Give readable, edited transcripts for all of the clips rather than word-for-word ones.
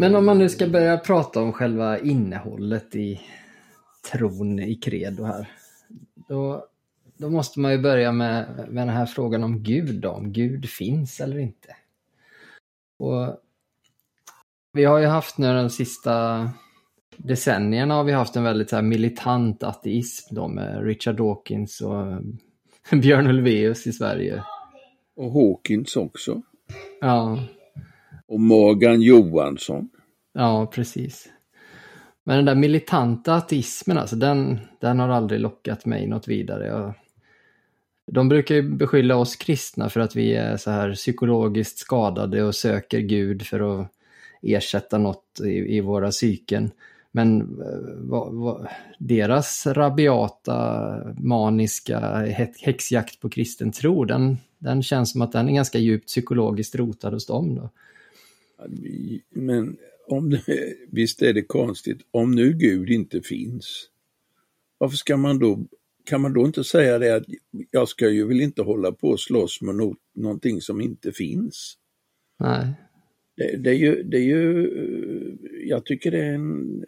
Men om man nu ska börja prata om själva innehållet i tron i credo här, då måste man ju börja med den här frågan om Gud då, om Gud finns eller inte. Och vi har ju haft nu de sista decennierna har vi haft en väldigt så här militant ateism då, med Richard Dawkins och Björn Ulvaeus i Sverige. Och Hawkins också. Ja. Och Morgan Johansson. Ja, precis. Men den där militanta ateismen, alltså, den har aldrig lockat mig något vidare. De brukar ju beskylla oss kristna för att vi är så här psykologiskt skadade och söker Gud för att ersätta något i våra psyken. Men deras rabiata, maniska häxjakt på kristen tro, den känns som att den är ganska djupt psykologiskt rotad hos dem då. Men visst är det konstigt, om nu Gud inte finns, varför kan man då inte säga det att jag ska ju väl inte hålla på och slåss med någonting som inte finns? Nej. Det är ju, jag tycker det är en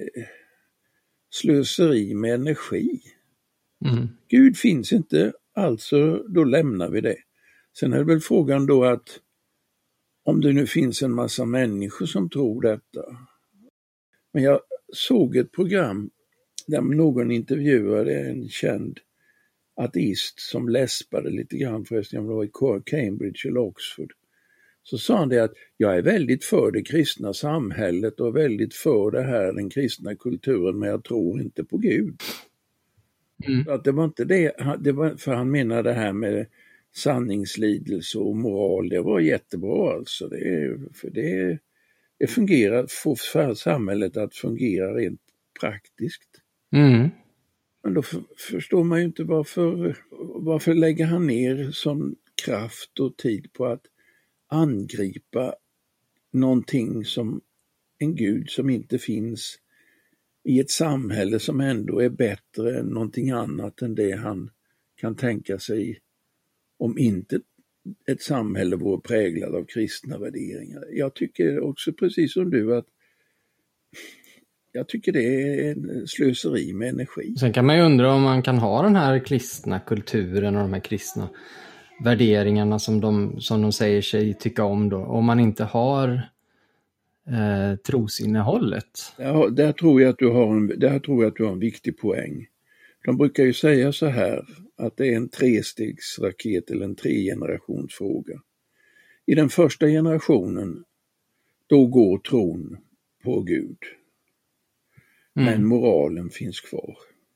slöseri med energi. Mm. Gud finns inte, alltså då lämnar vi det. Sen är det väl frågan då att om det nu finns en massa människor som tror detta. Men jag såg ett program där någon intervjuade en känd ateist som läspade lite grann, förresten om det var i Cambridge eller Oxford. Så sa han det att jag är väldigt för det kristna samhället och väldigt för det här, den kristna kulturen, men jag tror inte på Gud. Mm. Så att det var inte det var, för han menar det här med sanningslidelse och moral, det var jättebra alltså. Det fungerar, får samhället att fungera rent praktiskt. Mm. Men då förstår man ju inte varför lägger han ner sån kraft och tid på att angripa någonting som en Gud som inte finns i ett samhälle som ändå är bättre än någonting annat än det han kan tänka sig om inte ett samhälle vore präglad av kristna värderingar. Jag tycker också precis som du att jag tycker det är en slöseri med energi. Sen kan man ju undra om man kan ha den här kristna kulturen och de här kristna värderingarna som de säger sig tycka om då, om man inte har trosinnehållet. Ja, där tror jag att du har en viktig poäng. De brukar ju säga så här att det är en 3-stegsraket eller en 3-generationsfråga. I den första generationen då går tron på Gud. Men moralen finns kvar.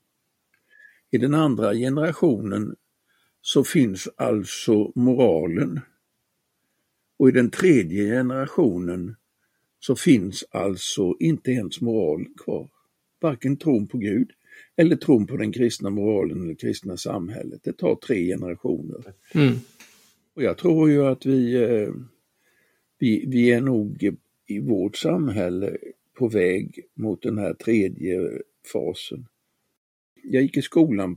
I den andra generationen så finns alltså moralen. Och i den tredje generationen så finns alltså inte ens moralen kvar. Varken tron på Gud eller tron på den kristna moralen eller kristna samhället. Det tar 3 generationer. Mm. Och jag tror ju att vi är nog i vårt samhälle på väg mot den här 3:e fasen. Jag gick i skolan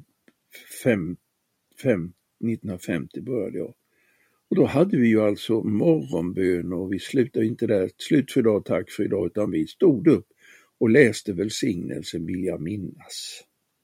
1950 började jag. Och då hade vi ju alltså morgonbön och vi slutade inte där, slut för idag, tack för idag, utan vi stod upp och läste välsignelsen, vill jag minnas.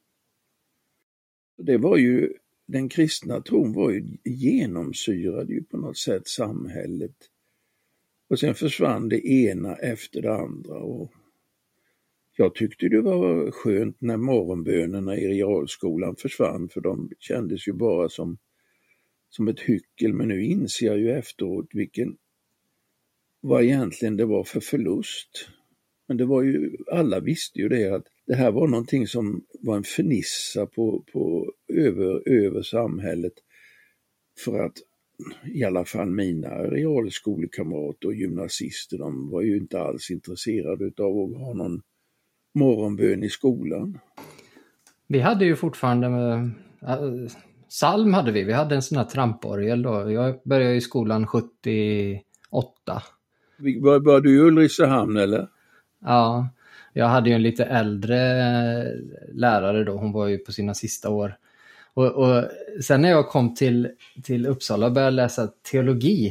Det var ju, den kristna tron var ju genomsyrade ju på något sätt samhället. Och sen försvann det ena efter det andra och jag tyckte det var skönt när morgonbönerna i realskolan försvann, för de kändes ju bara som ett hyckel, men nu inser jag ju efteråt vad egentligen det var för förlust. Men det var ju, alla visste ju det, att det här var någonting som var en fernissa över samhället, för att i alla fall mina realskolekamrater och gymnasister, de var ju inte alls intresserade av att ha någon morgonbön i skolan. Vi hade ju fortfarande psalm hade vi hade en sån här tramporgel då. Jag började i skolan 78. Var du i Ulricehamn eller? Ja, jag hade ju en lite äldre lärare då, hon var ju på sina sista år. Och sen när jag kom till Uppsala och började läsa teologi,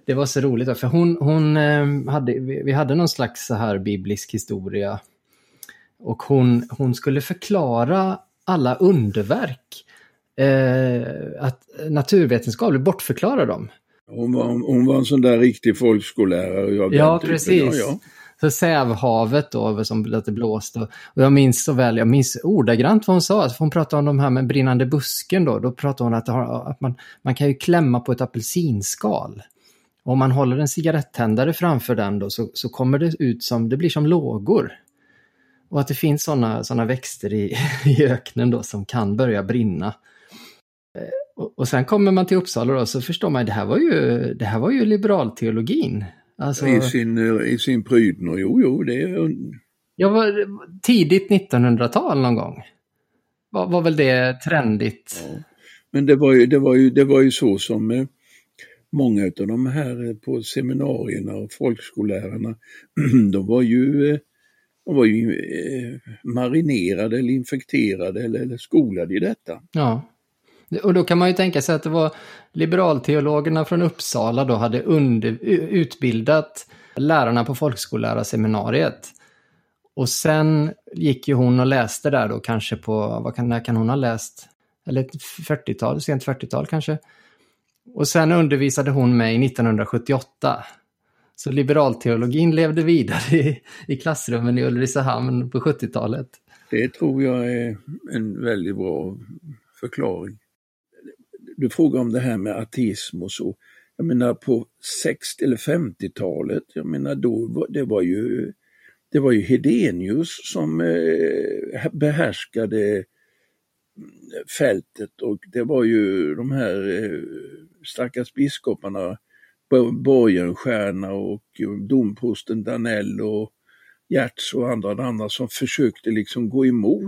det var så roligt då, för vi hade någon slags så här biblisk historia. Och hon skulle förklara alla underverk. Att naturvetenskapligt bortförklara dem. Hon var en sån där riktig folkskollärare. Ja, precis. Ja. Så Sävhavet då, som det blåste. Och jag minns ordagrant vad hon sa. Alltså, hon pratade om de här med brinnande busken då. Då pratade hon att man kan ju klämma på ett apelsinskal. Och om man håller en cigarettändare framför den då, så kommer det ut det blir som lågor. Och att det finns såna växter i öknen då som kan börja brinna. Och sen kommer man till Uppsala då, så förstår man, det här var ju liberalteologin. Alltså, I sin prydno, jo, det är... Jag var tidigt 1900-tal någon gång. Var väl det trendigt? Ja. Men det var ju så som många av de här på seminarierna och folkskollärarna, de var ju marinerade eller infekterade eller skolade i detta. Ja. Och då kan man ju tänka sig att det var liberalteologerna från Uppsala då hade utbildat lärarna på folkskollärarseminariet. Och sen gick ju hon och läste där då kanske på, när kan hon ha läst? Eller 40-tal, sent 40-tal kanske. Och sen undervisade hon mig 1978. Så liberalteologin levde vidare i klassrummen i Ulricehamn på 70-talet. Det tror jag är en väldigt bra förklaring. Du frågar om det här med ateism och så. Jag menar på 60- eller 50-talet, jag menar då, det var ju Hedenius som behärskade fältet, och det var ju de här stackars biskoparna, Borgenstierna och domprosten Danell och Gertz och andra som försökte liksom gå emot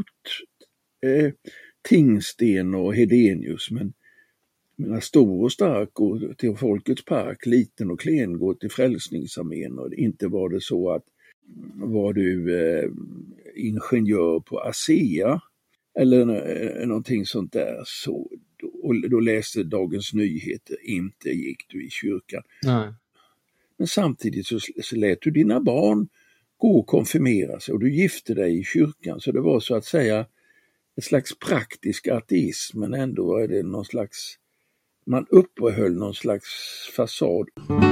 Tingsten och Hedenius, men stor och stark går till Folkets park, liten och klen går till Frälsningsarmén, och inte var det så att var du ingenjör på ASEA eller någonting sånt där, så då läste Dagens Nyheter, inte gick du i kyrkan. Nej. Men samtidigt så lät du dina barn gå och konfirmera sig, och du gifte dig i kyrkan, så det var så att säga ett slags praktisk ateism, men ändå är det någon slags, man uppehöll någon slags fasad.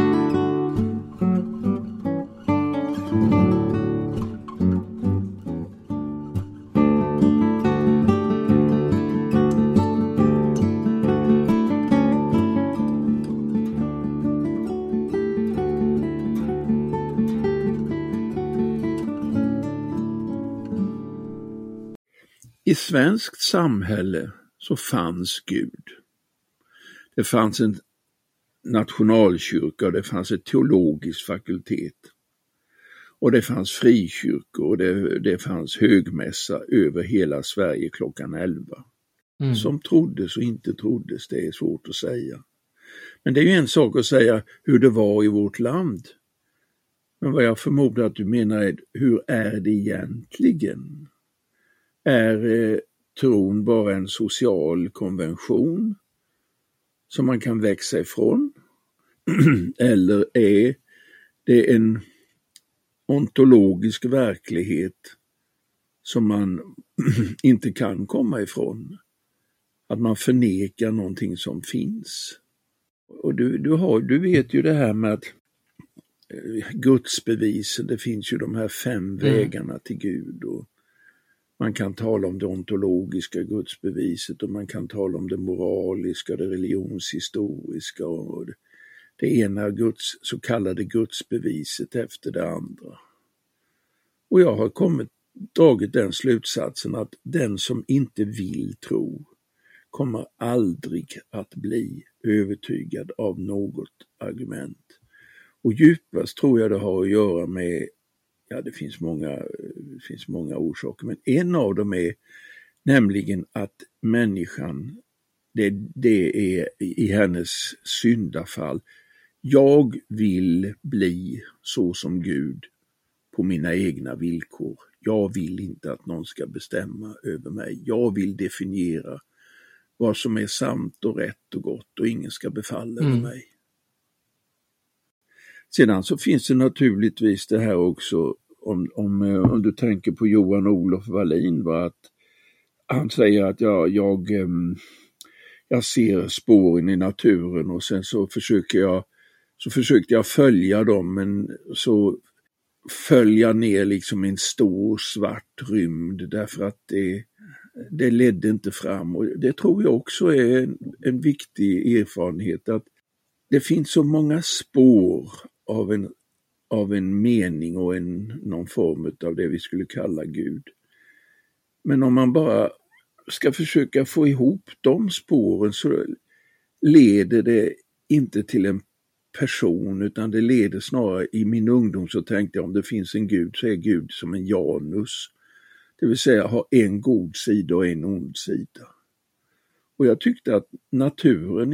I svenskt samhälle så fanns Gud. Det fanns en nationalkyrka och det fanns ett teologisk fakultet. Och det fanns frikyrkor och det fanns högmässa över hela Sverige klockan 11. Som troddes och inte troddes, det är svårt att säga. Men det är ju en sak att säga hur det var i vårt land. Men vad jag förmodar att du menar är, hur är det egentligen? Är tron bara en social konvention som man kan växa ifrån? Eller är det en ontologisk verklighet som man inte kan komma ifrån? Att man förnekar någonting som finns. Och du vet ju det här med att gudsbevisen, det finns ju de här 5 vägarna till Gud, och man kan tala om det ontologiska gudsbeviset och man kan tala om det moraliska, det religionshistoriska och det ena så kallade gudsbeviset efter det andra. Och jag har dragit den slutsatsen att den som inte vill tro kommer aldrig att bli övertygad av något argument. Och djupast tror jag det har att göra med, det finns många orsaker, men en av dem är nämligen att människan, det är i hennes syndafall, jag vill bli så som Gud på mina egna villkor. Jag vill inte att någon ska bestämma över mig. Jag vill definiera vad som är sant och rätt och gott, och ingen ska befalla över mig. Sedan så finns det naturligtvis det här också om du tänker på Johan-Olof Wallin, va, att han säger att jag ser spåren i naturen och sen så försökte jag följa dem, men så följa ner liksom en stor svart rymd därför att det ledde inte fram. Och det tror jag också är en viktig erfarenhet, att det finns så många spår av en mening och någon form av det vi skulle kalla Gud. Men om man bara ska försöka få ihop de spåren så leder det inte till en person, utan det leder snarare, i min ungdom så tänkte jag, om det finns en Gud så är Gud som en Janus. Det vill säga ha en god sida och en ond sida. Och jag tyckte att naturen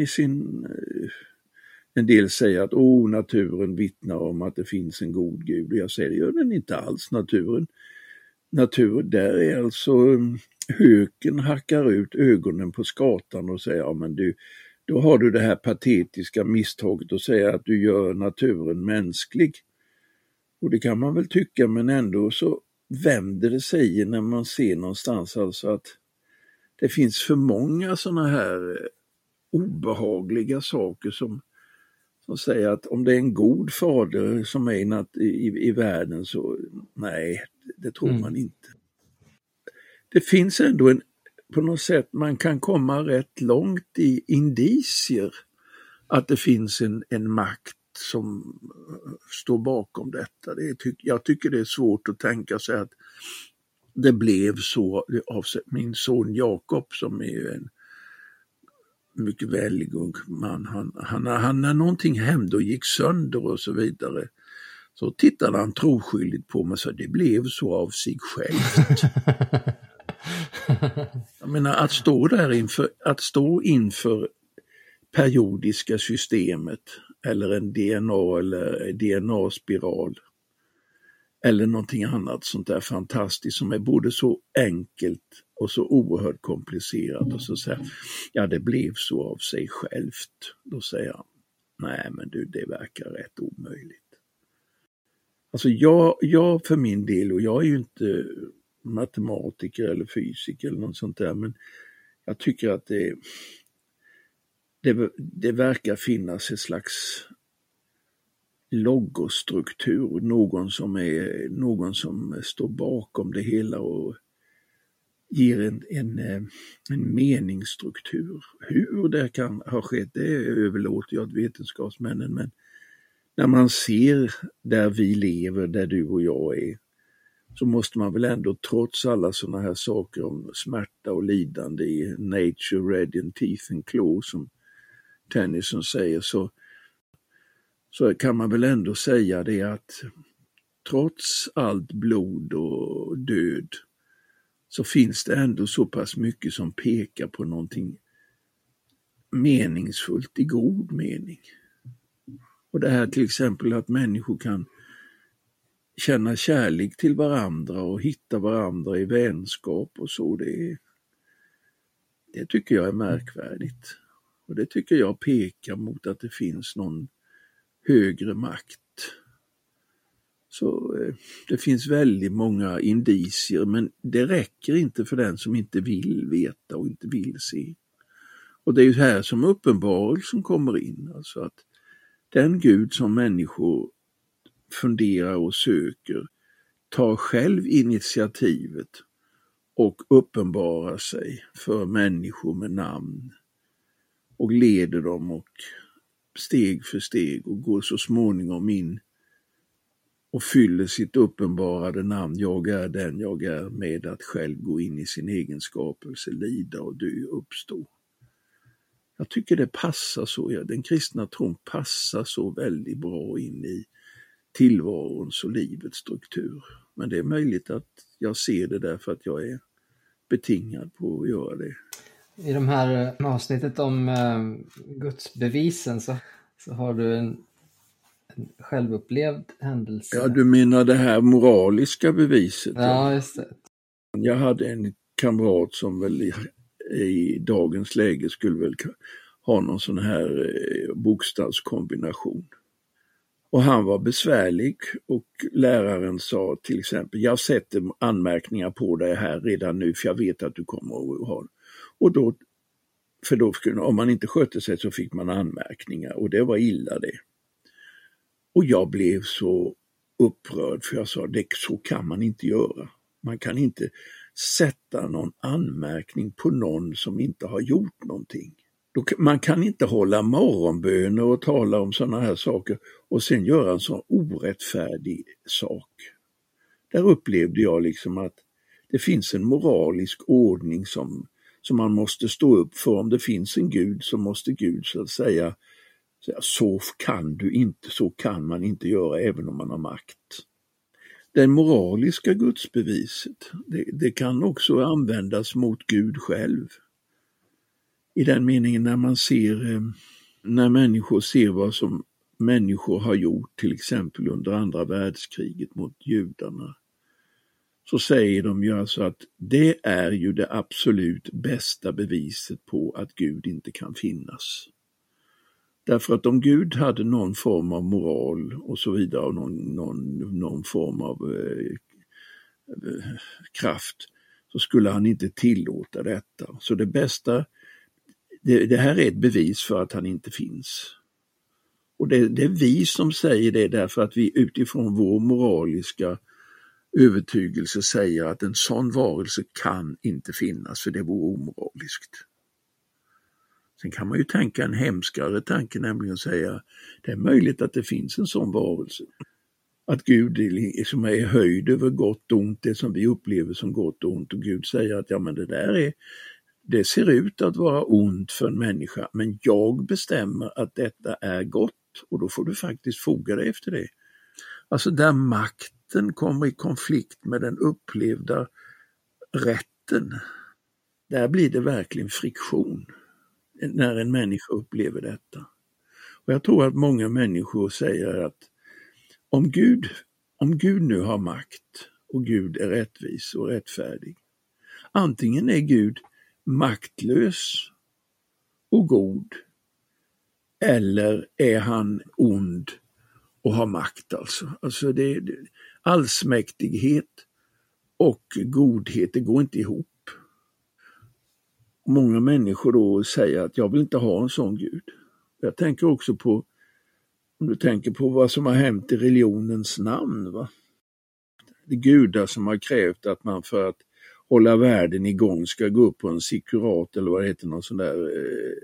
en del säger att naturen vittnar om att det finns en god Gud. Och jag säger, det gör den inte alls. Naturen, där är alltså höken hackar ut ögonen på skatan och säger, ja men då har du det här patetiska misstaget och säger att du gör naturen mänsklig. Och det kan man väl tycka, men ändå så vänder det sig när man ser någonstans alltså att det finns för många sådana här obehagliga saker som säger att om det är en god fader som är i världen så nej, det tror man inte. Det finns ändå på något sätt, man kan komma rätt långt i indicier att det finns en makt som står bakom detta. Jag tycker det är svårt att tänka sig att det blev så av min son Jakob, som är en mycket väldig ung man. Han när någonting hände och gick sönder och så vidare, så tittade han troskyldigt på mig och sa, det blev så av sig självt. Jag menar, att stå inför periodiska systemet eller en DNA eller DNA-spiral eller någonting annat sånt där fantastiskt som är både så enkelt och så oerhört komplicerat, och så säger ja, det blev så av sig självt. Då säger jag, nej men det verkar rätt omöjligt. Alltså jag för min del, och jag är ju inte matematiker eller fysiker eller något sånt där, men jag tycker att det verkar finnas ett slags logostruktur, någon som står bakom det hela och ger en meningsstruktur. Hur det kan ha skett, det överlåter jag åt vetenskapsmännen, men när man ser där vi lever, där du och jag är, så måste man väl ändå, trots alla sådana här saker om smärta och lidande i nature red in teeth and claws, som Tennyson säger, så kan man väl ändå säga det att trots allt blod och död så finns det ändå så pass mycket som pekar på någonting meningsfullt i god mening. Och det här till exempel att människor kan känna kärlek till varandra och hitta varandra i vänskap och så, det tycker jag är märkvärdigt. Och det tycker jag pekar mot att det finns någon högre makt. Så det finns väldigt många indicier, men det räcker inte för den som inte vill veta och inte vill se. Och det är ju här som uppenbarelsen kommer in, alltså att den Gud som människor funderar och söker tar själv initiativet och uppenbarar sig för människor med namn och leder dem och steg för steg och går så småningom in och fyller sitt uppenbarade namn, jag är den jag är, med att själv gå in i sin egen skapelse, lida och dö, uppstå. Jag tycker det passar så, den kristna tron passar så väldigt bra in i tillvarons och livets struktur. Men det är möjligt att jag ser det därför att jag är betingad på att göra det. I de här avsnittet om gudsbevisen så har du en självupplevd händelse. Ja, du menar det här moraliska beviset? Ja, just det. Jag hade en kamrat som väl i dagens läge skulle väl ha någon sån här bokstavskombination. Och han var besvärlig och läraren sa till exempel, jag sätter anmärkningar på dig här redan nu för jag vet att du kommer att ha det. Och då, om man inte skötte sig så fick man anmärkningar och det var illa det. Och jag blev så upprörd för jag sa, så kan man inte göra. Man kan inte sätta någon anmärkning på någon som inte har gjort någonting. Man kan inte hålla morgonböner och tala om sådana här saker och sen göra en sån orättfärdig sak. Där upplevde jag liksom att det finns en moralisk ordning som man måste stå upp för. Om det finns en Gud så måste Gud så att säga, så kan du inte, så kan man inte göra även om man har makt. Det moraliska gudsbeviset, det kan också användas mot Gud själv. I den meningen när människor ser vad som människor har gjort, till exempel under andra världskriget mot judarna, så säger de ju alltså att det är ju det absolut bästa beviset på att Gud inte kan finnas. Därför att om Gud hade någon form av moral och så vidare, och någon form av kraft, så skulle han inte tillåta detta. Så det bästa, det här är ett bevis för att han inte finns. Och det är vi som säger det därför att vi utifrån vår moraliska övertygelse säger att en sån varelse kan inte finnas, för det vore omoraliskt. Sen kan man ju tänka en hemskare tanke, nämligen säga det är möjligt att det finns en sån varelse. Att Gud som är höjd över gott och ont, det som vi upplever som gott och ont, och Gud säger att ja, men det ser ut att vara ont för en människa, men jag bestämmer att detta är gott och då får du faktiskt foga dig efter det. Alltså där makten kommer i konflikt med den upplevda rätten, där blir det verkligen friktion när en människa upplever detta. Och jag tror att många människor säger att om Gud nu har makt och Gud är rättvis och rättfärdig, antingen är Gud maktlös och god, eller är han ond och har makt alltså. Alltså allsmäktighet och godhet, det går inte ihop. Många människor då säger att jag vill inte ha en sån Gud. Jag tänker också på, om du tänker på vad som har hänt i religionens namn, va? Det är gudar som har krävt att man för att hålla världen igång ska gå upp på en sikurat eller vad det heter, någon sån där,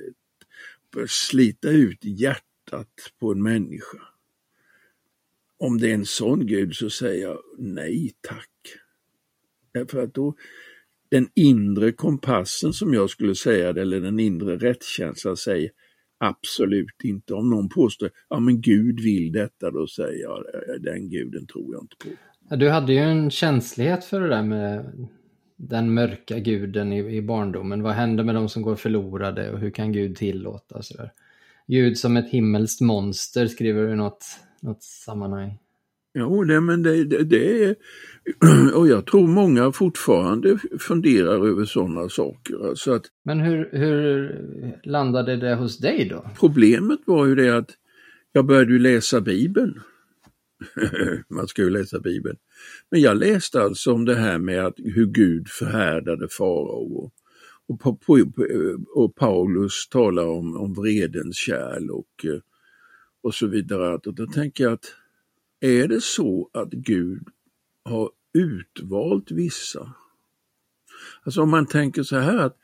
slita ut hjärtat på en människa. Om det är en sån Gud så säger jag nej tack. Därför att då den inre kompassen som jag skulle säga det, eller den inre rättskänslan säger absolut inte. Om någon påstår ja men Gud vill detta, då säger jag den guden tror jag inte på. Ja, du hade ju en känslighet för det där med den mörka guden i barndomen. Vad händer med de som går förlorade och hur kan Gud tillåta? Så där. Gud som ett himmelskt monster skriver du något sammanhang. Ja, det är, och jag tror många fortfarande funderar över sådana saker. Alltså att, men hur landade det hos dig då? Problemet var ju det att jag började ju läsa Bibeln. Man ska ju läsa Bibeln. Men jag läste alltså om det här med att hur Gud förhärdade farao. Och Paulus talar om vredens kärl och så vidare. Och då tänker jag att är det så att Gud har utvalt vissa? Alltså om man tänker så här att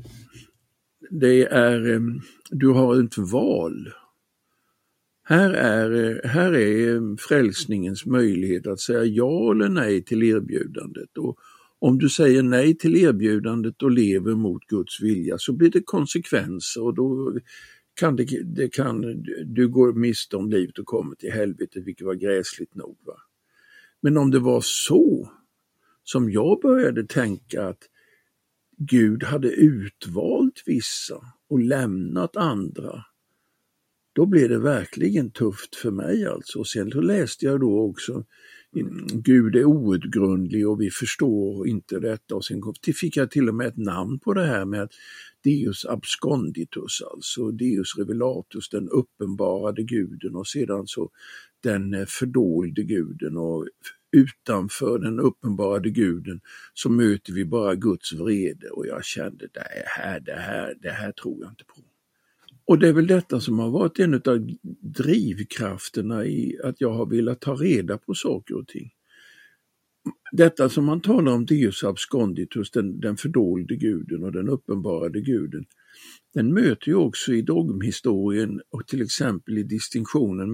du har ett val. Här är frälsningens möjlighet att säga ja eller nej till erbjudandet. Och om du säger nej till erbjudandet och lever mot Guds vilja så blir det konsekvenser och då kan du går miste om livet och kommer till helvetet, vilket var gräsligt nog. Va? Men om det var så som jag började tänka att Gud hade utvalt vissa och lämnat andra, då blev det verkligen tufft för mig alltså. Och sen då läste jag då också Gud är outgrundlig och vi förstår inte detta. Och sen fick jag till och med ett namn på det här med att Deus absconditus, alltså Deus revelatus, den uppenbarade guden, och sedan så den fördolde guden, och utanför den uppenbarade guden så möter vi bara Guds vrede, och jag kände det här tror jag inte på. Och det är väl detta som har varit en av drivkrafterna i att jag har velat ta reda på saker och ting. Detta som man talar om Deus absconditus, den fördolde guden och den uppenbarade guden, den möter ju också i dogmhistorien och till exempel i distinktionen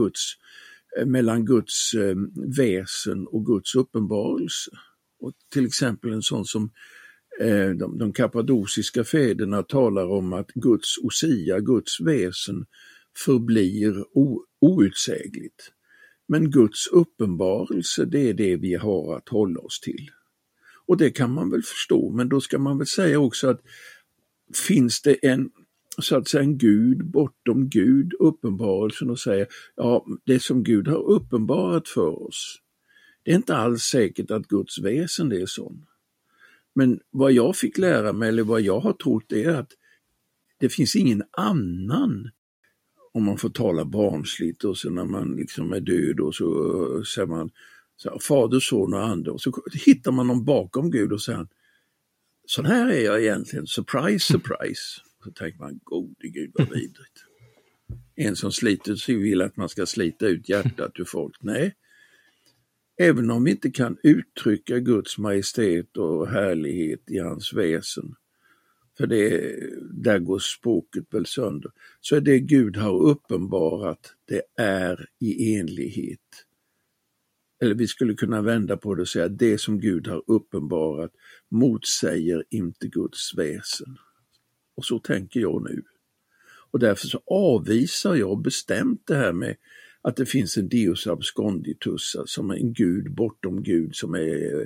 mellan Guds väsen och Guds uppenbarelse. Och till exempel en sån som de kappadociska fäderna talar om att Guds osia, Guds väsen, förblir outsägligt. Men Guds uppenbarelse, det är det vi har att hålla oss till. Och det kan man väl förstå, men då ska man väl säga också att finns det en Gud bortom Gud, uppenbarelsen, och säga ja, det som Gud har uppenbarat för oss, det är inte alls säkert att Guds väsen är sån. Men vad jag fick lära mig, eller vad jag har trott, är att det finns ingen annan, om man får tala barnsligt, och så när man liksom är död och så säger man så, Fader, Son och Ande, och så hittar man någon bakom Gud och säger sån här är jag egentligen, surprise, surprise. Så tänker man, gode Gud vad vidrigt. En som sliter sig vill att man ska slita ut hjärtat ur folk. Nej, även om vi inte kan uttrycka Guds majestät och härlighet i hans väsen, för där går språket väl sönder, så är det Gud har uppenbarat, det är i enlighet. Eller vi skulle kunna vända på det och säga att det som Gud har uppenbarat motsäger inte Guds väsen. Och så tänker jag nu. Och därför så avvisar jag bestämt det här med att det finns en Deus absconditus, som är en Gud bortom Gud, som är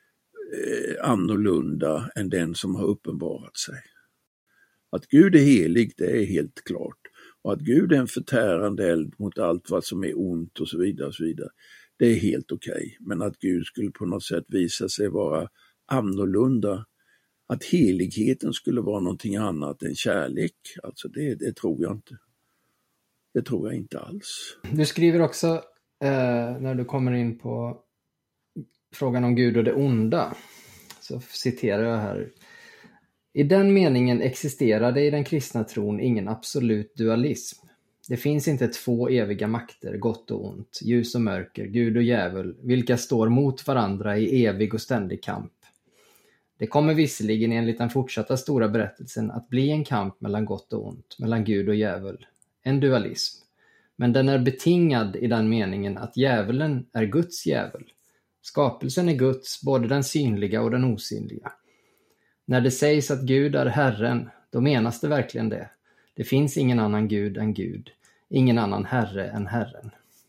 annorlunda än den som har uppenbarat sig. Att Gud är helig, det är helt klart. Och att Gud är en förtärande eld mot allt vad som är ont och så vidare, det är helt okej. Men att Gud skulle på något sätt visa sig vara annorlunda, att heligheten skulle vara någonting annat än kärlek, alltså det tror jag inte. Det tror jag inte alls. Du skriver också, när du kommer in på frågan om Gud och det onda, så citerar jag här: i den meningen existerade i den kristna tron ingen absolut dualism. Det finns inte två eviga makter, gott och ont, ljus och mörker, Gud och djävul, vilka står mot varandra i evig och ständig kamp. Det kommer visserligen enligt den fortsatta stora berättelsen att bli en kamp mellan gott och ont, mellan Gud och djävul, en dualism. Men den är betingad i den meningen att djävulen är Guds djävul. Skapelsen är Guds, både den synliga och den osynliga. När det sägs att Gud är Herren, då menas det verkligen det. Det finns ingen annan Gud än Gud, ingen annan Herre än Herren.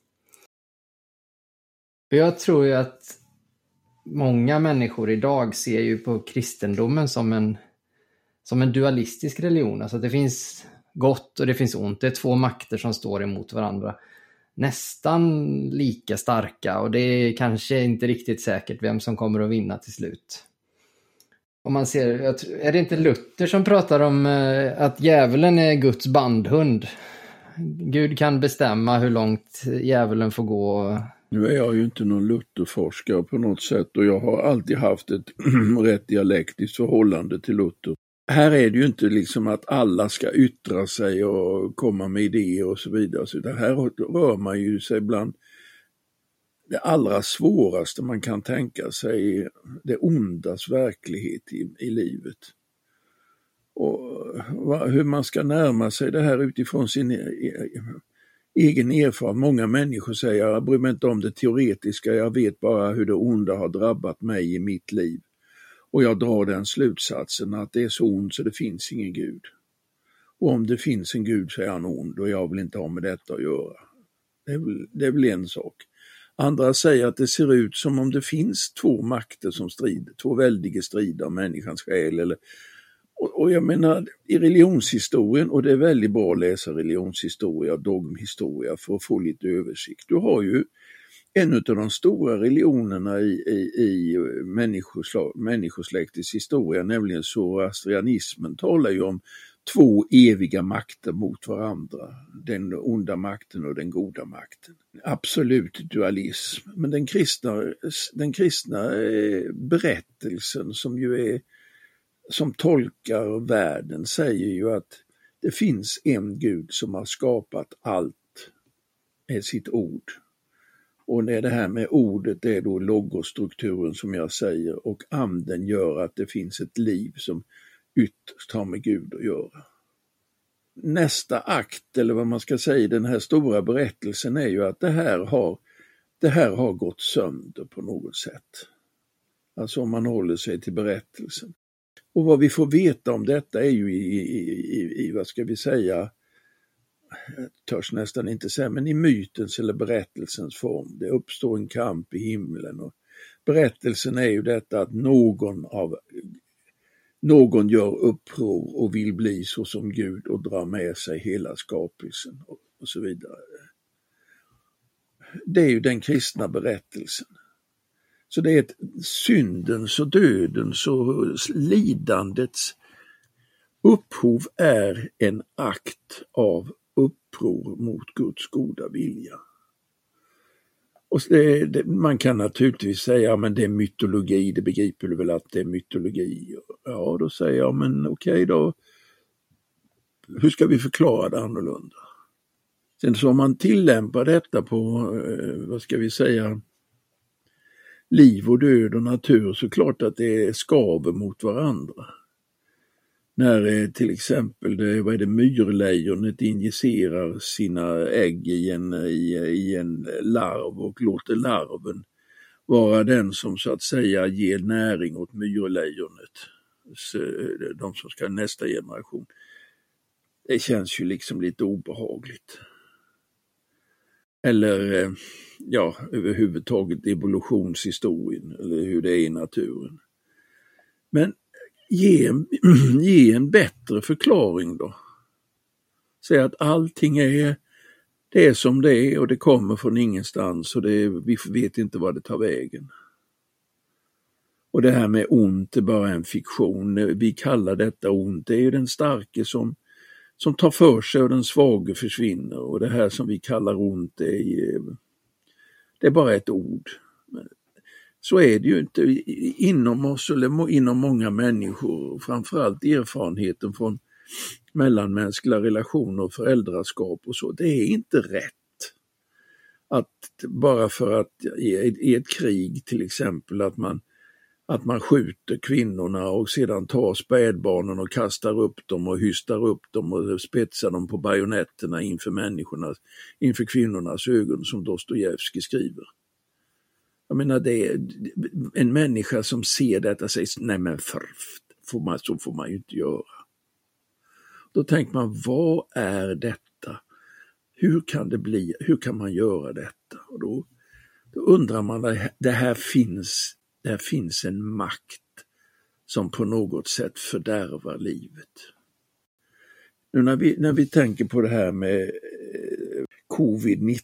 Jag tror ju att många människor idag ser ju på kristendomen som en dualistisk religion. Alltså det finns gott och det finns ont. Det är två makter som står emot varandra. Nästan lika starka, och det är kanske inte riktigt säkert vem som kommer att vinna till slut. Om man ser, är det inte Luther som pratar om att djävulen är Guds bandhund? Gud kan bestämma hur långt djävulen får gå. Nu är jag ju inte någon Lutherforskare på något sätt, och jag har alltid haft ett rätt dialektiskt förhållande till Luther. Här är det ju inte liksom att alla ska yttra sig och komma med idéer och så vidare. Så här rör man ju sig bland det allra svåraste man kan tänka sig, det ondas verklighet i livet. Och hur man ska närma sig det här utifrån sin egen erfarenhet. Många människor säger, jag bryr mig inte om det teoretiska, jag vet bara hur det onda har drabbat mig i mitt liv. Och jag drar den slutsatsen att det är så ont så det finns ingen Gud. Och om det finns en Gud så är han ond, och jag vill inte ha med detta att göra. Det är väl en sak. Andra säger att det ser ut som om det finns två makter som strider, två väldiga strider om människans själ. Och jag menar, i religionshistorien, och det är väldigt bra att läsa religionshistoria och dogmhistoria för att få lite översikt. Du har ju en av de stora religionerna i människosläktets historia, nämligen zoroastrianismen, talar ju om två eviga makter mot varandra. Den onda makten och den goda makten. Absolut dualism. Men den kristna berättelsen som tolkar världen säger ju att det finns en Gud som har skapat allt med sitt ord. Och det här med ordet är då logosstrukturen som jag säger, och anden gör att det finns ett liv som ytterst har med Gud att göra. Nästa akt, eller vad man ska säga, den här stora berättelsen är ju att det här har gått sönder på något sätt. Alltså om man håller sig till berättelsen. Och vad vi får veta om detta är ju i vad ska vi säga, jag törs nästan inte säga, men i mytens eller berättelsens form. Det uppstår en kamp i himlen, och berättelsen är ju detta att någon gör uppror och vill bli så som Gud och dra med sig hela skapelsen och så vidare. Det är ju den kristna berättelsen. Så det är ett syndens och dödens och lidandets upphov är en akt av uppror mot Guds goda vilja. Och man kan naturligtvis säga, men det är mytologi, det begriper du väl att det är mytologi? Ja, då säger jag, men okej då, hur ska vi förklara det annorlunda? Sen så om man tillämpar detta på, vad ska vi säga, liv och död och natur, så klart att det skaver mot varandra. När till exempel myrlejonet injicerar sina ägg i en larv och låter larven vara den som så att säga ger näring åt myrlejonet, de som ska nästa generation. Det känns ju liksom lite obehagligt. Eller överhuvudtaget evolutionshistorien, eller hur det är i naturen. Men ge en bättre förklaring då. Säg att allting är som det är och det kommer från ingenstans och vi vet inte vad det tar vägen. Och det här med ont är bara en fiktion. Vi kallar detta ont. Det är ju den starke som tar för sig och den svage försvinner. Och det här som vi kallar ont det är bara ett ord. Så är det ju inte inom oss eller inom många människor. Framförallt erfarenheten från mellanmänskliga relationer och föräldraskap och så. Det är inte rätt att bara för att i ett krig till exempel att man skjuter kvinnorna och sedan tar spädbarnen och kastar upp dem och hystar upp dem och spetsar dem på bajonetterna inför kvinnornas ögon, som Dostojevskij skriver. Jag menar, det är en människa som ser detta säger, nej men så får man ju inte göra. Då tänker man, vad är detta? Hur kan det bli? Hur kan man göra detta? Och då undrar man, det här finns en makt som på något sätt fördärvar livet. Nu när vi tänker på det här med covid-19,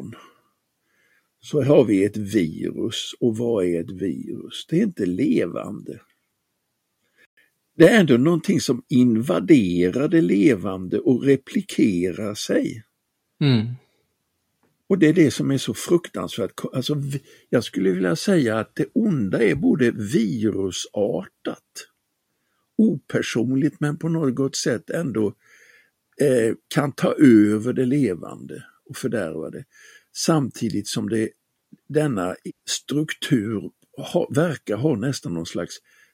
så har vi ett virus. Och vad är ett virus? Det är inte levande. Det är ändå någonting som invaderar det levande och replikerar sig. Mm. Och det är det som är så fruktansvärt. Alltså, jag skulle vilja säga att det onda är både virusartat, opersonligt, men på något sätt ändå kan ta över det levande och fördärva det. Samtidigt som denna struktur verkar ha nästan någon slags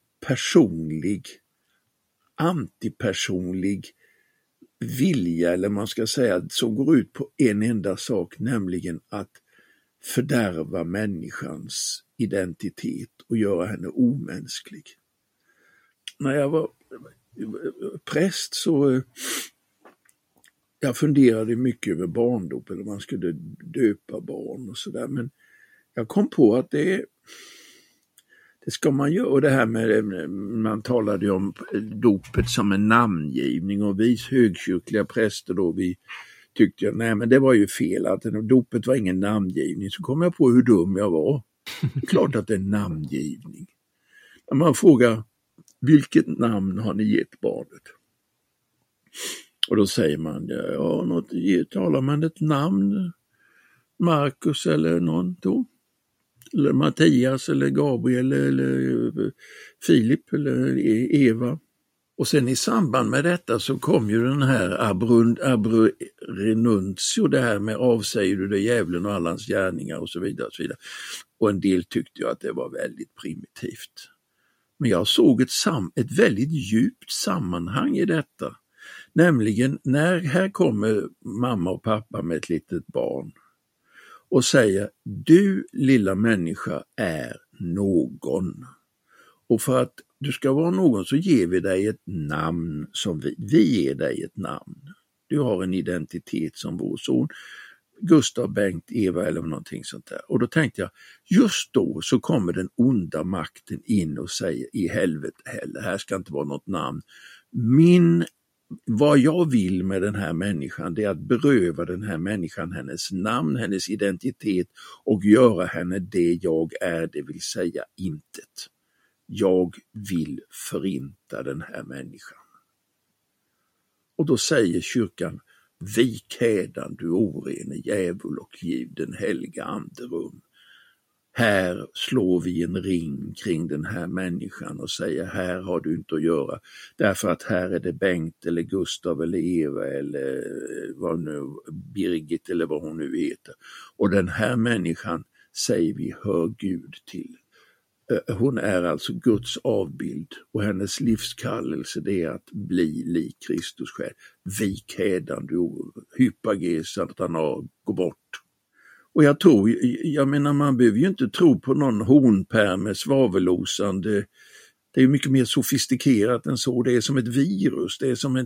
antipersonlig vilja, eller man ska säga, som går ut på en enda sak, nämligen att fördärva människans identitet och göra henne omänsklig. När jag var präst så jag funderade mycket över barndop, eller man skulle döpa barn och sådär, men jag kom på att det ska man göra. Och det här med, man talade ju om dopet som en namngivning, och vi högkyrkliga präster då, vi tyckte jag, nej men det var ju fel, att dopet var ingen namngivning. Så kom jag på hur dum jag var. Det är klart att det är namngivning. När man frågar, vilket namn har ni gett barnet? Och då säger man, talar man ett namn, Markus eller någon då? Eller Mattias eller Gabriel eller Filip eller Eva. Och sen i samband med detta så kom ju den här abrenuncio, det här med avsäger du det djävulen och alla hans gärningar och så vidare. Och så vidare. Och en del tyckte ju att det var väldigt primitivt. Men jag såg ett väldigt djupt sammanhang i detta. Nämligen när här kommer mamma och pappa med ett litet barn och säger, du lilla människa är någon. Och för att du ska vara någon så ger vi dig ett namn som vi ger dig ett namn. Du har en identitet som vår son, Gustav, Bengt, Eva eller någonting sånt där. Och då tänkte jag, just då så kommer den onda makten in och säger, i helvete heller, här ska inte vara något namn. Vad jag vill med den här människan, det är att beröva den här människan hennes namn, hennes identitet och göra henne det jag är, det vill säga intet. Jag vill förinta den här människan. Och då säger kyrkan, vik hädan du orene djävul och giv den heliga ande rum. Här slår vi en ring kring den här människan och säger, här har du inte att göra. Därför att här är det Bengt eller Gustav eller Eva eller vad nu, Birgit eller vad hon nu heter. Och den här människan säger vi hör Gud till. Hon är alltså Guds avbild och hennes livskallelse det är att bli lik Kristus själv. Vik hädan du hypage satana, gå bort. Och jag menar man behöver ju inte tro på någon hornpär med svavelosande. Det är mycket mer sofistikerat än så. Det är som ett virus, det är som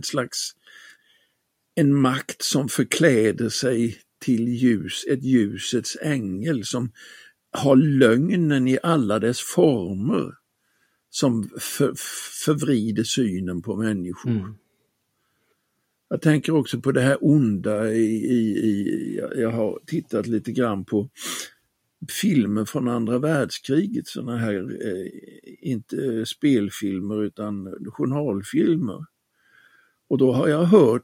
en makt som förkläder sig till ett ljusets ängel som har lögnen i alla dess former som förvrider synen på människor. Mm. Jag tänker också på det här onda jag har tittat lite grann på filmer från andra världskriget, såna här inte spelfilmer utan journalfilmer. Och då har jag hört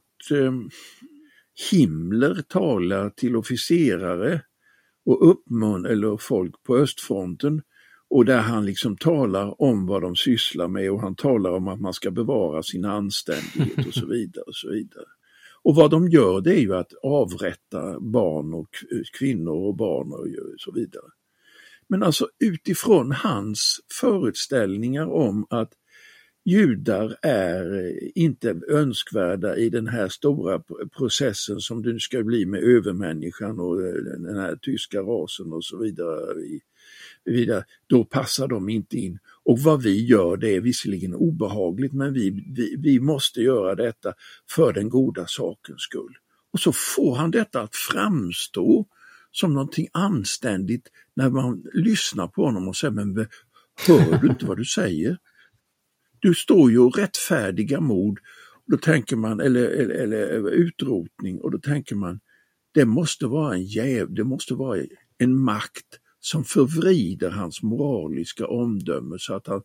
Himmler tala till officerare och eller folk på östfronten och där han liksom talar om vad de sysslar med och han talar om att man ska bevara sin anständighet och så vidare och så vidare. Och vad de gör det är ju att avrätta barn och kvinnor och barn och så vidare. Men alltså utifrån hans föreställningar om att judar är inte önskvärda i den här stora processen som det ska bli med övermänniskan och den här tyska rasen och så vidare. Då passar de inte in. Och vad vi gör det är visserligen obehagligt men vi måste göra detta för den goda sakens skull. Och så får han detta att framstå som någonting anständigt när man lyssnar på honom och säger men hör du inte vad du säger? Du står ju rättfärdiga mod, och då tänker man, eller utrotning, och då tänker man, det måste vara det måste vara en makt som förvrider hans moraliska omdöme så att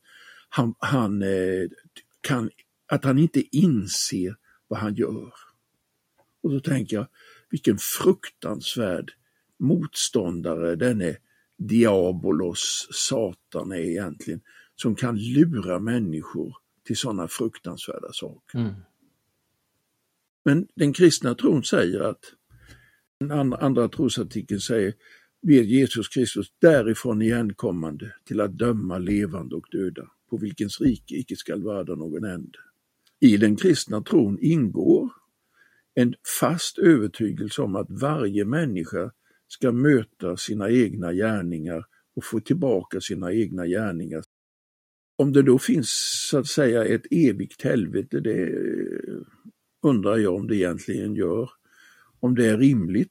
han inte inser vad han gör. Och då tänker jag, vilken fruktansvärd motståndare denne diabolos, Satan är egentligen, som kan lura människor till sådana fruktansvärda saker. Mm. Men den kristna tron säger att, den andra trosartikeln säger, ber Jesus Kristus därifrån igenkommande till att döma levande och döda, på vilkens rike icke skall vara någon ände. I den kristna tron ingår en fast övertygelse om att varje människa ska möta sina egna gärningar och få tillbaka sina egna gärningar. Om det då finns så att säga ett evigt helvete, det undrar jag om det egentligen gör. Om det är rimligt.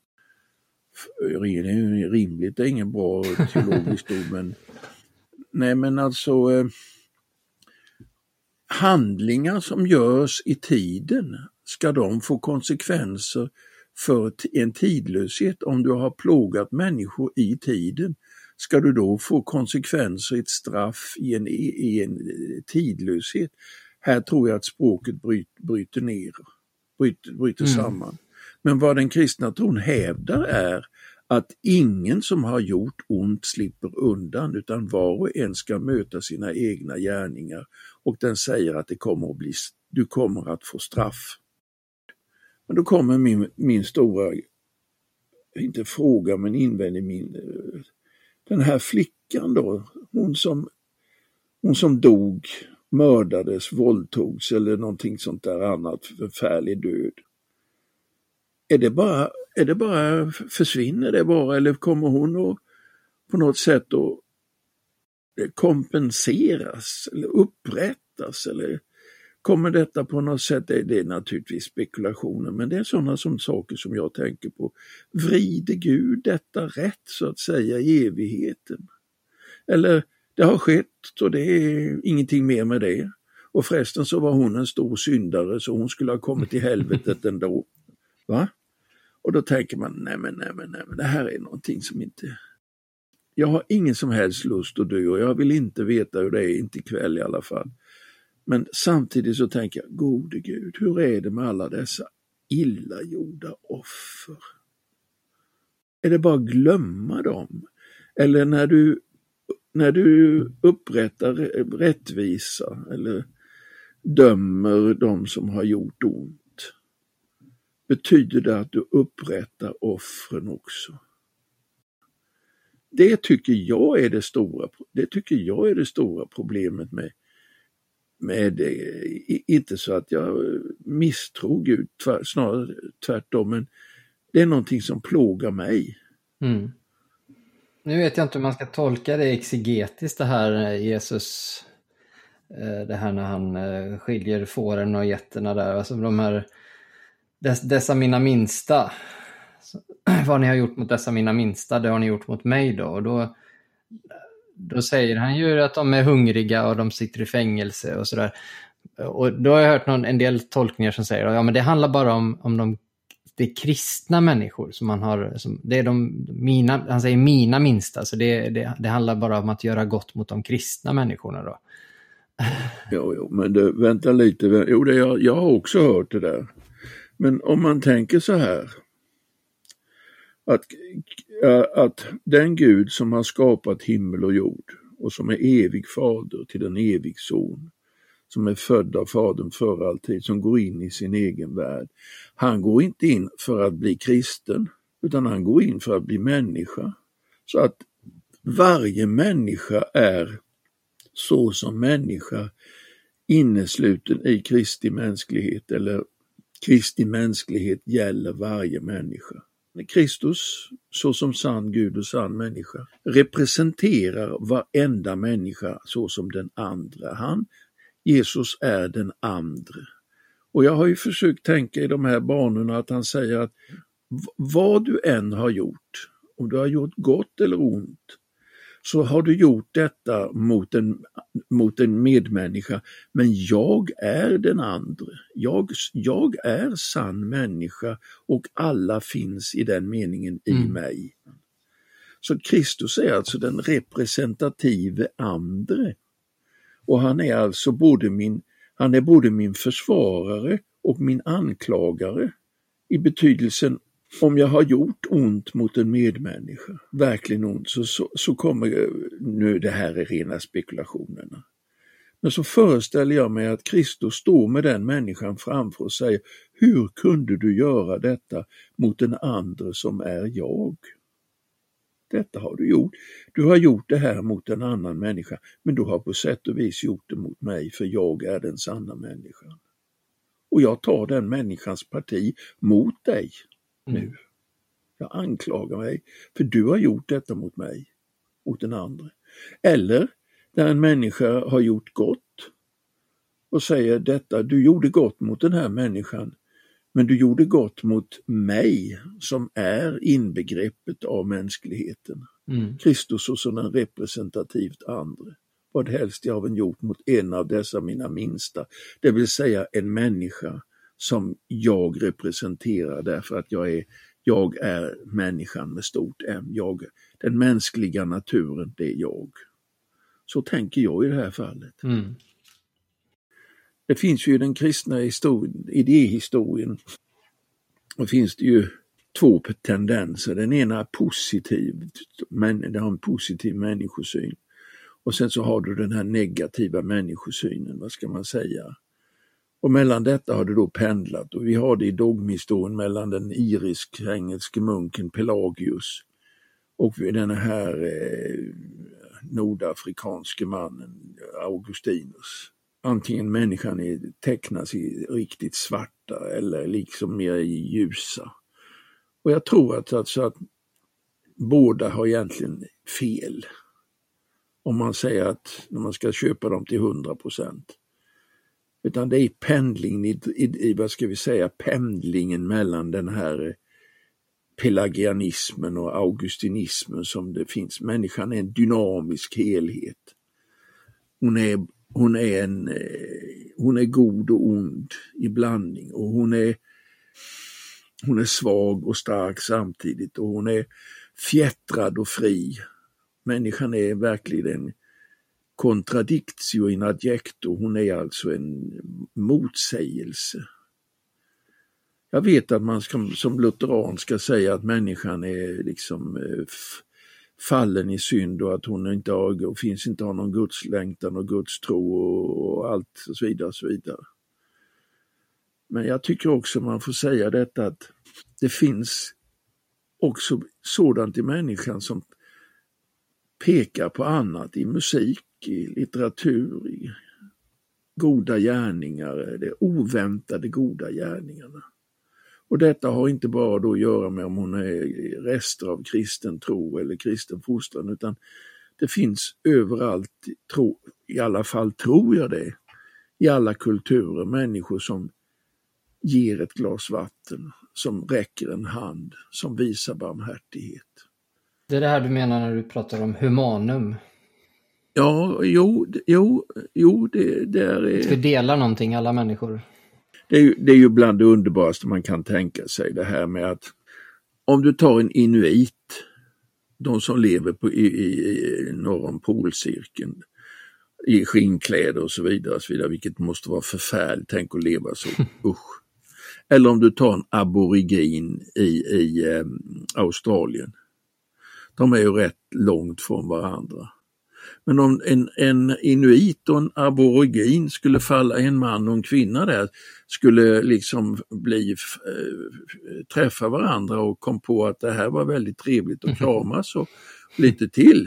Rimligt är ingen bra teologiskt ord, men nej, men alltså handlingar som görs i tiden, ska de få konsekvenser för en tidlöshet. Om du har plågat människor i tiden, ska du då få konsekvenser, ett straff i en tidlöshet? Här tror jag att språket bryter samman. Men vad den kristna tron hävdar är att ingen som har gjort ont slipper undan, utan var och en ska möta sina egna gärningar. Och den säger att du kommer att få straff. Men då kommer min stora, inte fråga men invändning, den här flickan då, hon som dog, mördades, våldtogs eller någonting sånt där annat, förfärlig död. Är det bara försvinner det bara, eller kommer hon att på något sätt att kompenseras eller upprättas, eller kommer detta på något sätt? Det är naturligtvis spekulationer, men det är sådana saker som jag tänker på. Vrider Gud detta rätt så att säga i evigheten? Eller det har skett och det är ingenting mer med det. Och förresten så var hon en stor syndare så hon skulle ha kommit till helvetet ändå. Va? Och då tänker man, nej men det här är någonting som inte... Jag har ingen som helst lust att dö och jag vill inte veta hur det är, inte ikväll i alla fall. Men samtidigt så tänker jag, gode Gud, hur är det med alla dessa illagjorda offer? Är det bara att glömma dem? Eller när du upprättar rättvisa eller dömer de som har gjort ont, betyder det att du upprättar offren också? Det tycker jag är det stora problemet med det. Inte så att jag misstror Gud, snarare tvärtom, men det är någonting som plågar mig. Mm. Nu vet jag inte hur man ska tolka det exegetiskt, det här Jesus, det här när han skiljer fåren och getterna där, alltså de här dessa mina minsta, vad ni har gjort mot dessa mina minsta, det har ni gjort mot mig då. Och då säger han ju att de är hungriga och de sitter i fängelse och sådär. Och då har jag hört en del tolkningar som säger, ja men det handlar bara om det är kristna människor som man har, det är han säger mina minsta, så det handlar bara om att göra gott mot de kristna människorna då. Jo, men vänta lite, jag har också hört det där. Men om man tänker så här, att den Gud som har skapat himmel och jord och som är evig fader till en evig son, som är född av fadern för alltid, som går in i sin egen värld. Han går inte in för att bli kristen, utan han går in för att bli människa. Så att varje människa är så som människa innesluten i Kristi mänsklighet, eller Kristi mänsklighet gäller varje människa. Kristus, så som sann Gud och sann människa, representerar varenda människa så som den andra. Jesus är den andra. Och jag har ju försökt tänka i de här banorna att han säger att vad du än har gjort, om du har gjort gott eller ont, så har du gjort detta mot en medmänniska, men jag är den andra. Jag är sann människa och alla finns i den meningen i mig. Så Kristus är alltså den representative andre. Och han är alltså både min försvarare och min anklagare, i betydelsen om jag har gjort ont mot en medmänniska, verkligen ont, så kommer, nu det här är rena spekulationerna. Men så föreställer jag mig att Kristus står med den människan framför och säger, hur kunde du göra detta mot en andra som är jag? Detta har du gjort. Du har gjort det här mot en annan människa, men du har på sätt och vis gjort det mot mig, för jag är den sanna människan. Och jag tar den människans parti mot dig nu. Jag anklagar mig, för du har gjort detta mot mig, mot den andra. Eller där en människa har gjort gott och säger detta, du gjorde gott mot den här människan, men du gjorde gott mot mig som är inbegreppet av mänskligheten. Kristus och som en representativt andre. Vad helst jag har gjort mot en av dessa mina minsta, det vill säga en människa som jag representerar därför att jag är människan med stort M. Den mänskliga naturen, det är jag. Så tänker jag i det här fallet. Mm. Det finns ju i den kristna idéhistorien, och finns det ju två tendenser. Den ena är positiv, det har en positiv människosyn. Och sen så har du den här negativa människosynen, vad ska man säga. Och mellan detta har det då pendlat, och vi har det i dogmhistorien mellan den irisk-engelske munken Pelagius och den här nordafrikanske mannen Augustinus. Antingen människan tecknas i riktigt svarta eller liksom mer i ljusa. Och jag tror att båda har egentligen fel. Om man säger att när man ska köpa dem till 100%. Utan det är pendlingen mellan den här pelagianismen och augustinismen som det finns. Människan är en dynamisk helhet. Hon är god och ond i blandning, och hon är svag och stark samtidigt, och hon är fjättrad och fri. Människan är verkligen en contradictio in adjecto, hon är alltså en motsägelse. Jag vet att man som lutheran ska säga att människan är liksom fallen i synd och att hon inte har någon gudslängtan och gudstro och allt och så vidare och så vidare. Men jag tycker också man får säga detta att det finns också sådant i människan som pekar på annat i musik, i litteratur, i goda gärningar, det oväntade goda gärningarna. Och detta har inte bara då att göra med om hon är rester av kristen tro eller kristen fostran, utan det finns överallt, i alla fall tror jag det, i alla kulturer, människor som ger ett glas vatten, som räcker en hand, som visar barmhärtighet. Det är det här du menar när du pratar om humanum? Ja, det är... Vi delar någonting, alla människor. Det är ju bland det underbaraste man kan tänka sig, det här med att om du tar en inuit, de som lever i norr om polcirkeln, i skinnkläder och så vidare, vilket måste vara förfärligt, tänk att leva så, usch. Eller om du tar en aborigin i Australien. De är ju rätt långt från varandra. Men om en inuit och en aborigin skulle falla, en man och en kvinna där, skulle liksom träffa varandra och kom på att det här var väldigt trevligt att kramas och lite till,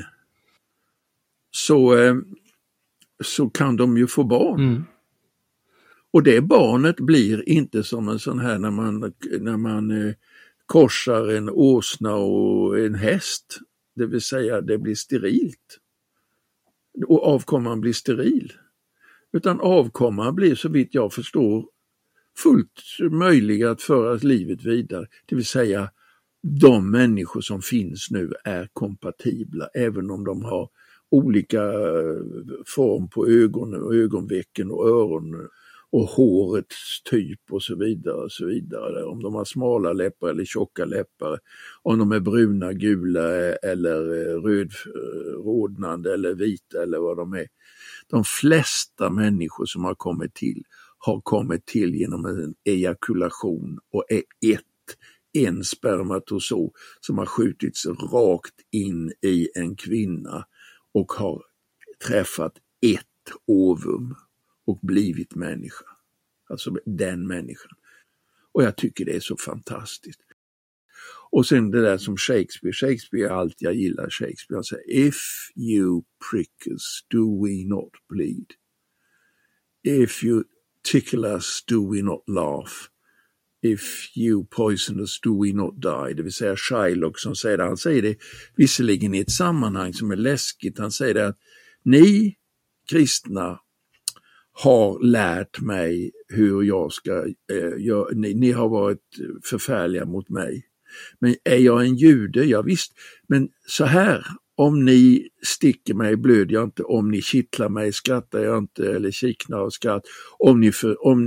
så kan de ju få barn. Mm. Och det barnet blir inte som en sån här när man korsar en åsna och en häst, det vill säga det blir sterilt. Och avkomman blir steril. Utan avkomman blir, så vitt jag förstår, fullt möjliga att föra livet vidare. Det vill säga de människor som finns nu är kompatibla, även om de har olika form på ögonen och ögonvecken och öronen och hårets typ och så vidare och så vidare. Om de har smala läppar eller tjocka läppar, om de är bruna, gula eller rödrodnande eller vita eller vad de är. De flesta människor som har kommit till genom en ejakulation och är en spermatozoa som har skjutits rakt in i en kvinna och har träffat ett ovum och blivit människa. Alltså den människan. Och jag tycker det är så fantastiskt. Och sen det där som Shakespeare är allt jag gillar Shakespeare. Han säger, if you prick us, do we not bleed? If you tickle us, do we not laugh? If you poison us, do we not die? Det vill säga Shylock som säger det. Han säger det visserligen i ett sammanhang som är läskigt. Han säger det att ni kristna har lärt mig hur jag ska göra. Ni har varit förfärliga mot mig. Men är jag en jude? Ja visst. Men så här, om ni sticker mig blöder jag inte, om ni kittlar mig skrattar jag inte eller kiknar av skratt, om ni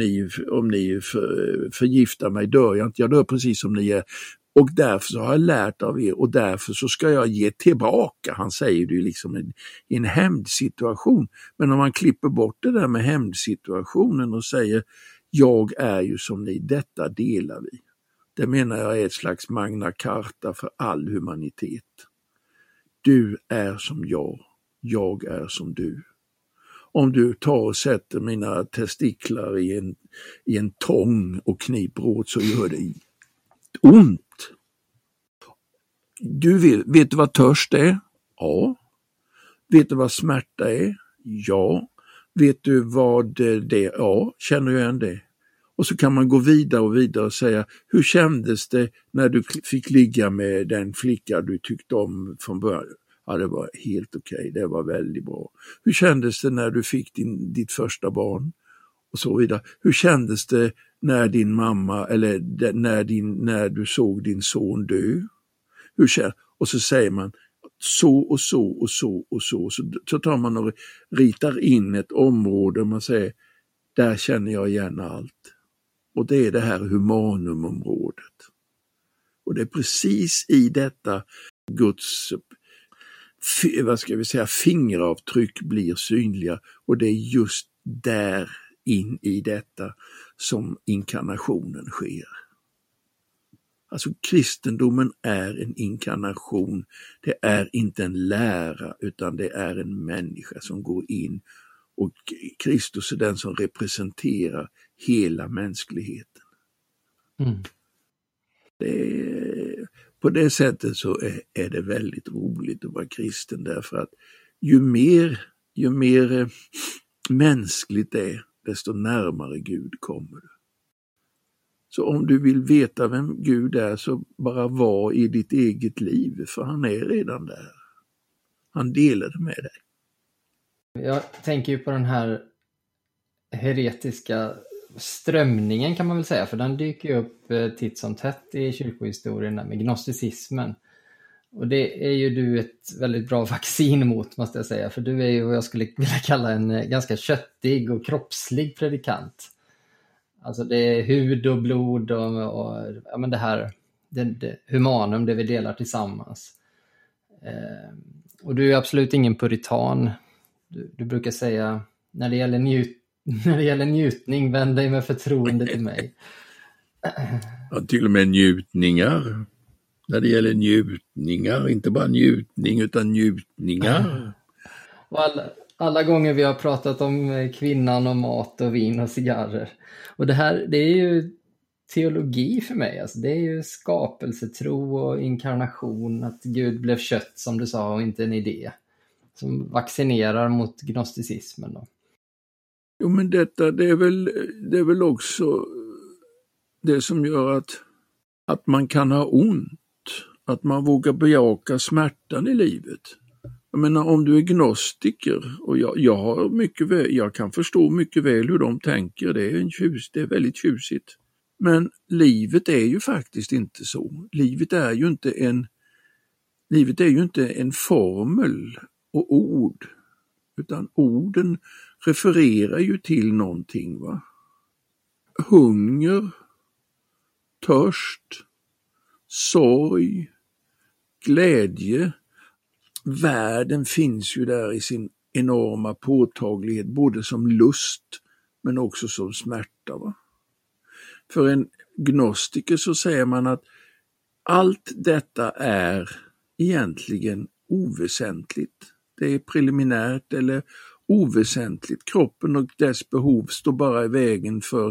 förgiftar mig dör jag inte, jag dör precis som ni är. Och därför så har jag lärt av er och därför så ska jag ge tillbaka. Han säger det ju liksom i en hämndsituation. Men om man klipper bort det där med hämndsituationen och säger jag är ju som ni, detta delar vi. Det menar jag är ett slags magna carta för all humanitet. Du är som jag är som du. Om du tar och sätter mina testiklar i en tång och kniper åt så gör det ont. Du vet du vad törst är? Ja. Vet du vad smärta är? Ja. Vet du vad det är? Ja, känner du igen det? Och så kan man gå vidare och säga, hur kändes det när du fick ligga med den flicka du tyckte om från början? Ja, det var helt okej, det var väldigt bra. Hur kändes det när du fick ditt första barn? Och så vidare. Hur kändes det när din mamma eller när du såg din son dö? Och så säger man så och så och så och så. Så tar man och ritar in ett område och man säger, där känner jag igen allt. Och det är det här humanumområdet. Och det är precis i detta Guds, vad ska vi säga, fingeravtryck blir synliga. Och det är just där in i detta som inkarnationen sker. Alltså kristendomen är en inkarnation. Det är inte en lära utan det är en människa som går in. Och Kristus är den som representerar hela mänskligheten. Mm. På det sättet så är det väldigt roligt att vara kristen därför att ju mer mänskligt det är, desto närmare Gud kommer du. Så om du vill veta vem Gud är så bara var i ditt eget liv för han är redan där. Han delar det med dig. Jag tänker ju på den här heretiska strömningen kan man väl säga, för den dyker ju upp titt som tätt i kyrkohistorien med gnosticismen. Och det är ju du ett väldigt bra vaccin mot, måste jag säga, för du är ju vad jag skulle vilja kalla en ganska köttig och kroppslig predikant. Alltså det är hud och blod och ja, men det här det humanum, det vi delar tillsammans. Och du är absolut ingen puritan. Du brukar säga, när det gäller njutning, vänd dig med förtroende till mig. Ja, till och med njutningar. När det gäller njutningar, inte bara njutning utan njutningar. Och alla gånger vi har pratat om kvinnan och mat och vin och cigarrer. Och det här, det är ju teologi för mig. Alltså det är ju skapelsetro och inkarnation, att Gud blev kött som du sa och inte en idé. Som vaccinerar mot gnosticismen då. Jo, men det är väl också det som gör att man kan ha ont. Att man vågar bejaka smärtan i livet. Jag menar, om du är gnostiker och jag kan förstå mycket väl hur de tänker, det är väldigt tjusigt. Men livet är ju faktiskt inte så. Livet är ju inte en formel och ord, utan orden refererar ju till någonting, va? Hunger, törst, sorg, glädje. Världen finns ju där i sin enorma påtaglighet, både som lust men också som smärta, va? För en gnostiker så säger man att allt detta är egentligen oväsentligt. Det är preliminärt eller oväsentligt. Kroppen och dess behov står bara i vägen för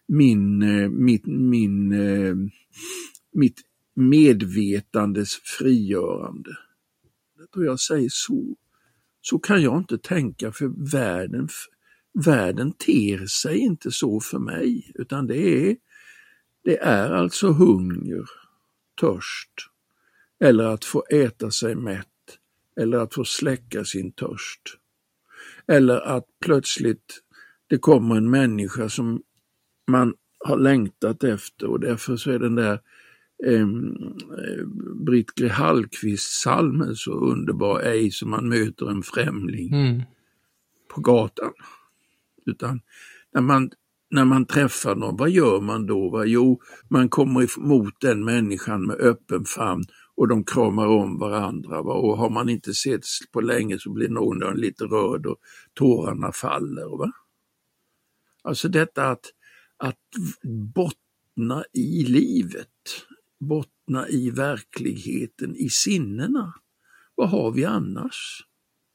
mitt medvetandes frigörande. Och jag säger så kan jag inte tänka, för världen ter sig inte så för mig, utan det är alltså hunger, törst, eller att få äta sig mätt, eller att få släcka sin törst, eller att plötsligt det kommer en människa som man har längtat efter, och därför så är den där Britt-Gry Hallqvists psalm så underbar, ej som man möter en främling på gatan. Utan när man träffar någon, vad gör man då? Va? Jo, man kommer emot den människan med öppen famn och de kramar om varandra. Va? Och har man inte sett på länge så blir någon lite rörd och tårarna faller. Va? Alltså detta att bottna i livet, bottna i verkligheten, i sinnena. Vad har vi annars?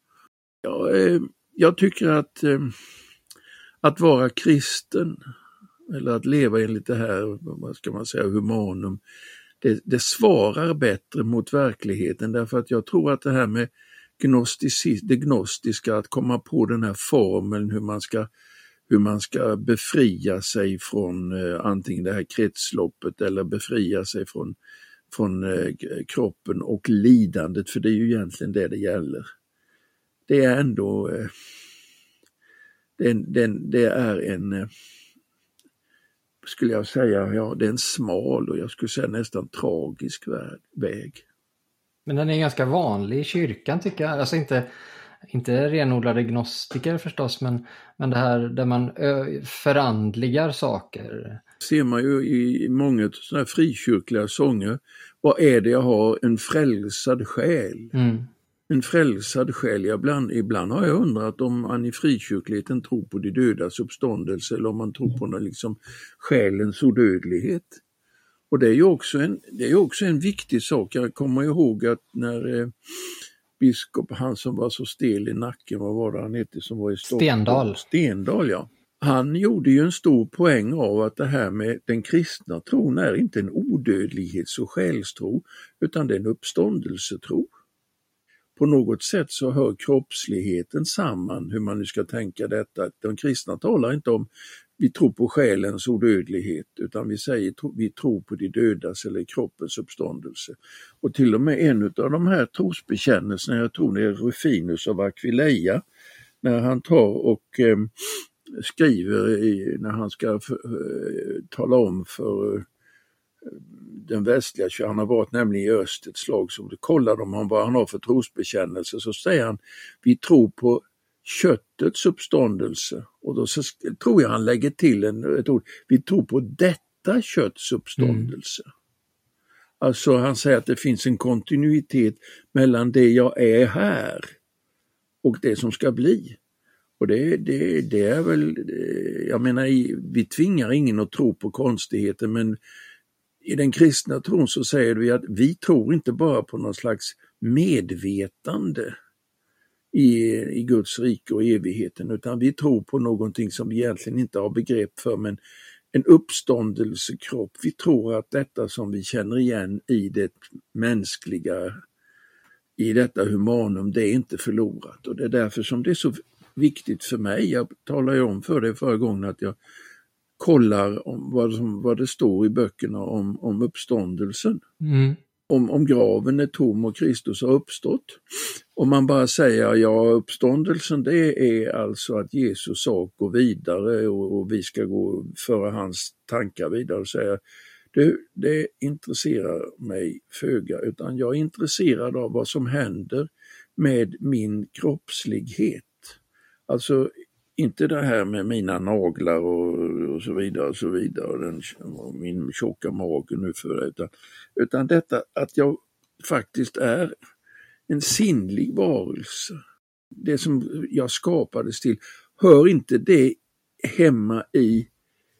Jag tycker att vara kristen eller att leva enligt det här, vad ska man säga, humanum, det svarar bättre mot verkligheten, därför att jag tror att det här med det gnostiska, att komma på den här formeln hur man ska befria sig från antingen det här kretsloppet eller befria sig från kroppen och lidandet, för det är ju egentligen det gäller. Det är ändå det är en, skulle jag säga, det är en smal och jag skulle säga nästan tragisk väg. Men den är ganska vanlig i kyrkan tycker jag. Alltså inte renodlade gnostiker förstås, men det här där man förandligar saker. Ser man ju i många sådana här frikyrkliga sånger. Vad är det jag har? En frälsad själ. En frälsad själ. Ibland har jag undrat om man i frikyrkligheten tror på de dödas uppståndelse eller om man tror på liksom själens odödlighet. Och det är ju också en viktig sak. Jag kommer ihåg att när biskop, han som var så stel i nacken, vad var det han hette som var i Stockholm? Stendal, ja. Han gjorde ju en stor poäng av att det här med den kristna tron är inte en odödlighets- och själstro, utan det är en uppståndelsetro. På något sätt så hör kroppsligheten samman, hur man nu ska tänka detta. De kristna talar inte om vi tror på själens odödlighet, utan vi säger vi tror på de dödas eller kroppens uppståndelse. Och till och med en av de här trosbekännelserna, jag tror det är Rufinus av Aquileia, när han tar och skriver när han ska tala om för den västliga, han har varit nämligen i öst ett slag som det kollar om vad han har för trosbekännelse, så säger han vi tror på köttets uppståndelse, och då så tror jag han lägger till ett ord, vi tror på detta kötts uppståndelse. Alltså han säger att det finns en kontinuitet mellan det jag är här och det som ska bli. Och det är väl, jag menar, vi tvingar ingen att tro på konstigheter, men i den kristna tron så säger vi att vi tror inte bara på någon slags medvetande i Guds rike och evigheten, utan vi tror på någonting som vi egentligen inte har begrepp för, men en uppståndelsekropp. Vi tror att detta som vi känner igen i det mänskliga, i detta humanum, det är inte förlorat, och det är därför som det är så viktigt för mig. Jag talade ju om för det förra gången att jag kollar om vad det står i böckerna om uppståndelsen. Om graven är tom och Kristus har uppstått. Om man bara säger ja, uppståndelsen det är alltså att Jesus sak går vidare och vi ska gå föra hans tankar vidare och säga det intresserar mig föga, utan jag är intresserad av vad som händer med min kroppslighet. Alltså inte det här med mina naglar och så vidare och min tjocka mage nu för det, utan detta att jag faktiskt är en sinnlig varelse. Det som jag skapades till, hör inte det hemma i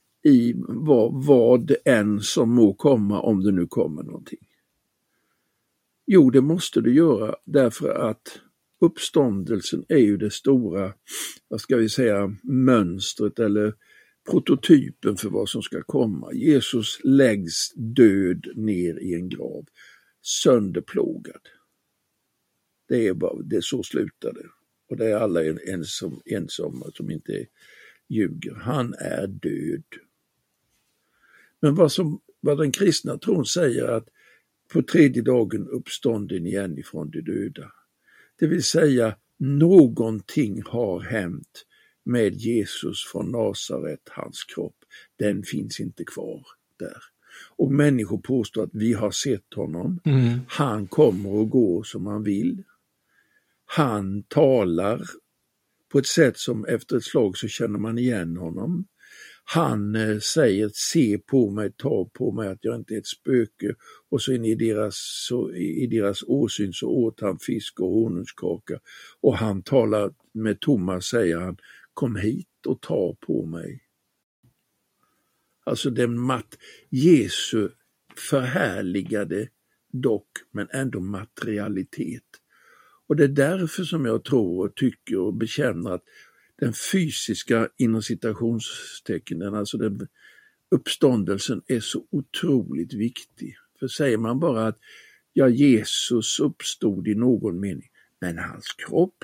vad än som må komma, om det nu kommer någonting? Jo, det måste du göra, därför att uppståndelsen är ju det stora, vad ska vi säga, mönstret eller prototypen för vad som ska komma. Jesus läggs död ner i en grav, sönderplågad. Det är så slutar det. Och det är alla ensamma som inte ljuger. Han är död. Men vad den kristna tron säger, att på tredje dagen uppstånden igen ifrån de döda. Det vill säga, någonting har hänt med Jesus från Nasaret, hans kropp. Den finns inte kvar där. Och människor påstår att vi har sett honom. Han kommer och går som han vill. Han talar på ett sätt som efter ett slag så känner man igen honom. Han säger se på mig, ta på mig att jag inte är ett spöke. Och så i deras åsyn så åt han fisk och honungskaka. Och han talar med Thomas, säger han, kom hit och ta på mig. Alltså Jesu förhärligade dock, men ändå materialitet. Och det är därför som jag tror och tycker och bekänner att den fysiska inom citationstecknen, alltså den uppståndelsen är så otroligt viktig. För säger man bara att ja, Jesus uppstod i någon mening, men hans kropp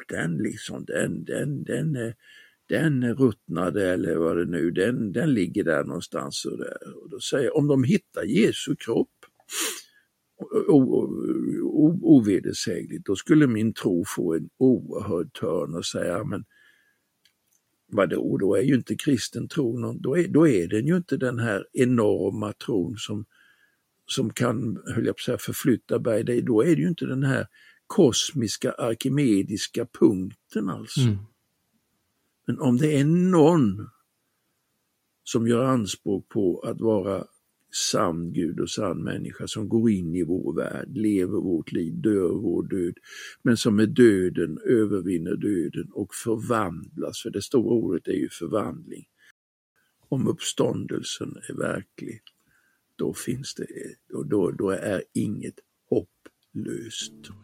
den ruttnade eller vad det nu, den ligger där någonstans och då säger om de hittar Jesu kropp ovedersägligt, då skulle min tro få en oerhörd törn och säga, men vadå, då är ju inte kristen tro då är den ju inte den här enorma tron som kan, höll jag på att säga, förflytta berg. Då är det ju inte den här kosmiska arkimediska punkten alltså. Men om det är någon som gör anspråk på att vara sann Gud och sann människa, som går in i vår värld, lever vårt liv, dör vår död, men som med döden övervinner döden och förvandlas, för det stora ordet är ju förvandling. Om uppståndelsen är verklig, då finns det, då är inget hopplöst.